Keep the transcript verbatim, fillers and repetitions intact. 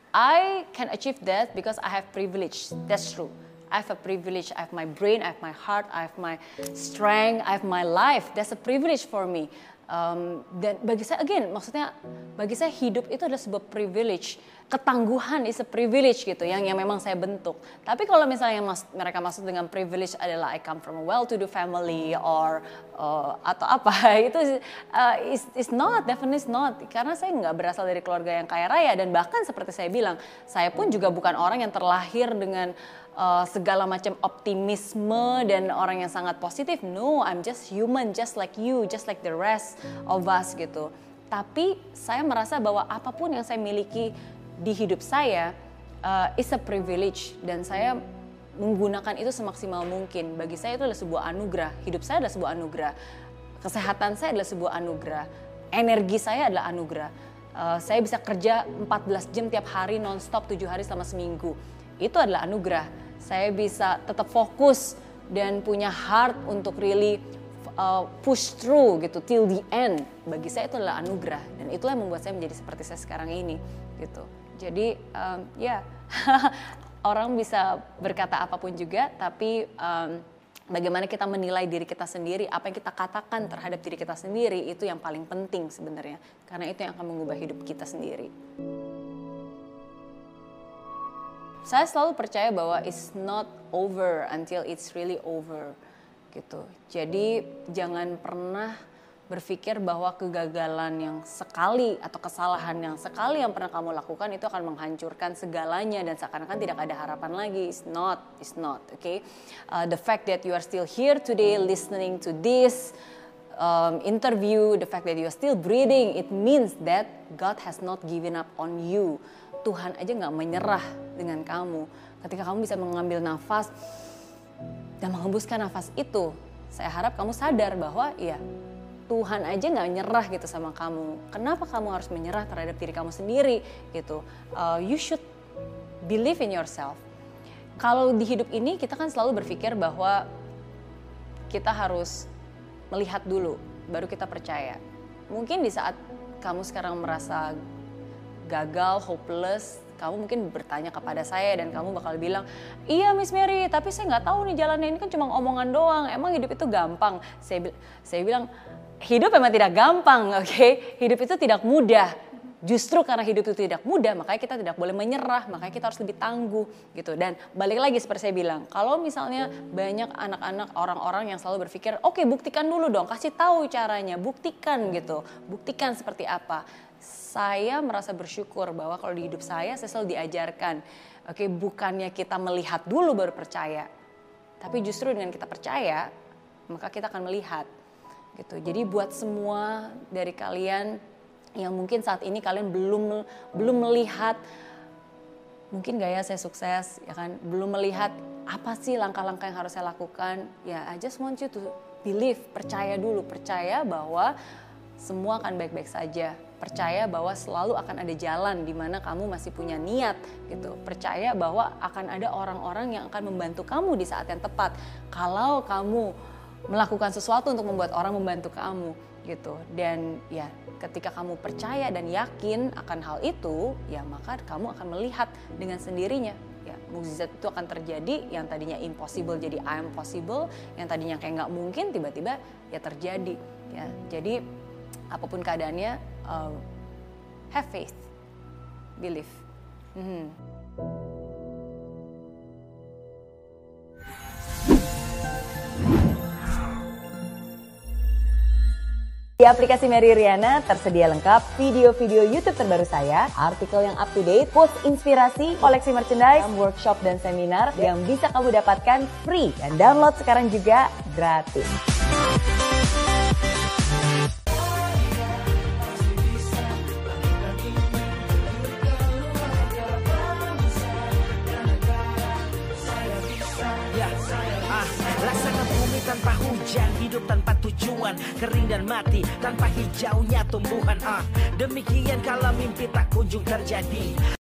I can achieve that because I have privilege. That's true. I have a privilege. I have my brain, I have my heart, I have my strength, I have my life. That's a privilege for me. Um, dan bagi saya, again, maksudnya bagi saya hidup itu adalah sebuah privilege. Ketangguhan is a privilege gitu, yang yang memang saya bentuk. Tapi kalau misalnya mas, mereka masuk dengan privilege adalah I come from a well-to-do family or uh, atau apa, itu uh, is is not, definitely is not. Karena saya nggak berasal dari keluarga yang kaya raya, dan bahkan seperti saya bilang, saya pun juga bukan orang yang terlahir dengan Uh, segala macam optimisme dan orang yang sangat positif. No, I'm just human, just like you, just like the rest of us gitu. Tapi saya merasa bahwa apapun yang saya miliki di hidup saya uh, is a privilege, dan saya menggunakan itu semaksimal mungkin. Bagi saya itu adalah sebuah anugerah. Hidup saya adalah sebuah anugerah. Kesehatan saya adalah sebuah anugerah. Energi saya adalah anugerah. Uh, saya bisa kerja empat belas jam tiap hari non-stop tujuh hari selama seminggu. Itu adalah anugerah. Saya bisa tetap fokus dan punya heart untuk really uh, push through gitu till the end. Bagi saya itu adalah anugerah, dan itulah yang membuat saya menjadi seperti saya sekarang ini gitu. Jadi um, ya yeah. Orang bisa berkata apapun juga, tapi um, bagaimana kita menilai diri kita sendiri, apa yang kita katakan terhadap diri kita sendiri, itu yang paling penting sebenarnya, karena itu yang akan mengubah hidup kita sendiri. Saya selalu percaya bahwa it's not over until it's really over gitu. Jadi jangan pernah berpikir bahwa kegagalan yang sekali atau kesalahan yang sekali yang pernah kamu lakukan itu akan menghancurkan segalanya dan seakan-akan tidak ada harapan lagi. It's not, it's not, okay? Uh, the fact that you are still here today listening to this um, interview, the fact that you are still breathing, it means that God has not given up on you. Tuhan aja gak menyerah dengan kamu. Ketika kamu bisa mengambil nafas dan menghembuskan nafas itu, saya harap kamu sadar bahwa ya Tuhan aja gak nyerah gitu sama kamu. Kenapa kamu harus menyerah terhadap diri kamu sendiri gitu? Uh, you should believe in yourself. Kalau di hidup ini kita kan selalu berpikir bahwa kita harus melihat dulu, baru kita percaya. Mungkin di saat kamu sekarang merasa gagal, hopeless, kamu mungkin bertanya kepada saya dan kamu bakal bilang, iya Miss Mary, tapi saya nggak tahu nih jalannya, ini kan cuma omongan doang, emang hidup itu gampang? Saya, saya bilang, hidup memang tidak gampang, oke? Okay? Hidup itu tidak mudah. Justru karena hidup itu tidak mudah, makanya kita tidak boleh menyerah, makanya kita harus lebih tangguh gitu. Dan balik lagi seperti saya bilang, kalau misalnya banyak anak-anak, orang-orang yang selalu berpikir, oke okay, buktikan dulu dong, kasih tahu caranya, buktikan gitu, buktikan seperti apa. Saya merasa bersyukur bahwa kalau di hidup saya, saya selalu diajarkan, oke okay, bukannya kita melihat dulu baru percaya, tapi justru dengan kita percaya, maka kita akan melihat gitu. Jadi buat semua dari kalian yang mungkin saat ini kalian belum belum melihat, mungkin gak ya saya sukses, ya kan, belum melihat apa sih langkah-langkah yang harus saya lakukan, ya I just want you to believe, percaya dulu, percaya bahwa semua akan baik-baik saja. Percaya bahwa selalu akan ada jalan di mana kamu masih punya niat gitu. Percaya bahwa akan ada orang-orang yang akan membantu kamu di saat yang tepat. Kalau kamu melakukan sesuatu untuk membuat orang membantu kamu gitu. Dan ya ketika kamu percaya dan yakin akan hal itu, ya maka kamu akan melihat dengan sendirinya. Ya, mukjizat itu akan terjadi, yang tadinya impossible jadi I am possible, yang tadinya kayak nggak mungkin tiba-tiba ya terjadi. Ya, jadi apapun keadaannya, uh, have faith, believe. Mm-hmm. Di aplikasi Mary Riana tersedia lengkap video-video YouTube terbaru saya, artikel yang up to date, post inspirasi, koleksi merchandise, workshop dan seminar yang bisa kamu dapatkan free dan download sekarang juga gratis. Tanpa hujan, hidup tanpa tujuan, kering dan mati tanpa hijaunya tumbuhan. Ah, demikian kalau mimpi tak kunjung terjadi.